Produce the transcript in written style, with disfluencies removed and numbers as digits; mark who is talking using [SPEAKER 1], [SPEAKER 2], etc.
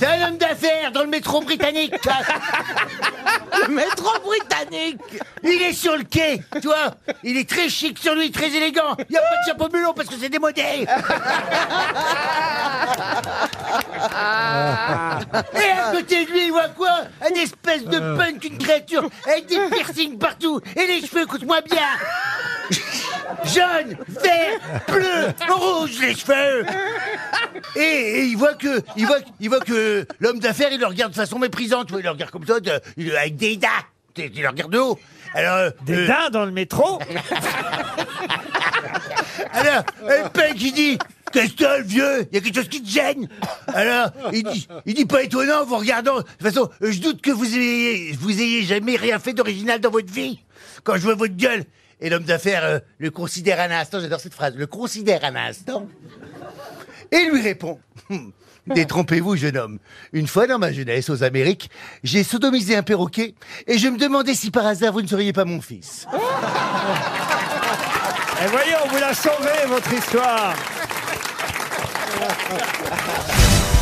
[SPEAKER 1] C'est un homme d'affaires dans le métro britannique.
[SPEAKER 2] Le métro britannique.
[SPEAKER 1] Il est sur le quai, tu vois. Il est très chic sur lui, très élégant. Il n'y a pas de chapeau melon parce que c'est démodé. Et à côté de lui, il voit quoi? Un espèce de punk, une créature avec des piercings partout. Et les cheveux, écoute-moi bien. Jaune, vert, bleu, rouge, les cheveux. Et il voit que l'homme d'affaires, il le regarde de façon méprisante. Tu vois, il le regarde comme ça, avec des dents. Il le regarde de haut. Alors,
[SPEAKER 3] Des daims dans le métro.
[SPEAKER 1] alors, le punk, il dit, qu'est-ce que t'as, le vieux? Il y a quelque chose qui te gêne? Alors, il dit, pas étonnant, vous regardant. De toute façon, je doute que vous ayez jamais rien fait d'original dans votre vie. Quand je vois votre gueule. Et l'homme d'affaires le considère un instant, j'adore cette phrase, le considère un instant. Et lui répond, détrompez-vous, jeune homme. Une fois dans ma jeunesse, aux Amériques, j'ai sodomisé un perroquet et je me demandais si par hasard vous ne seriez pas mon fils.
[SPEAKER 3] Et voyez, on vous l'a sauvé, votre histoire.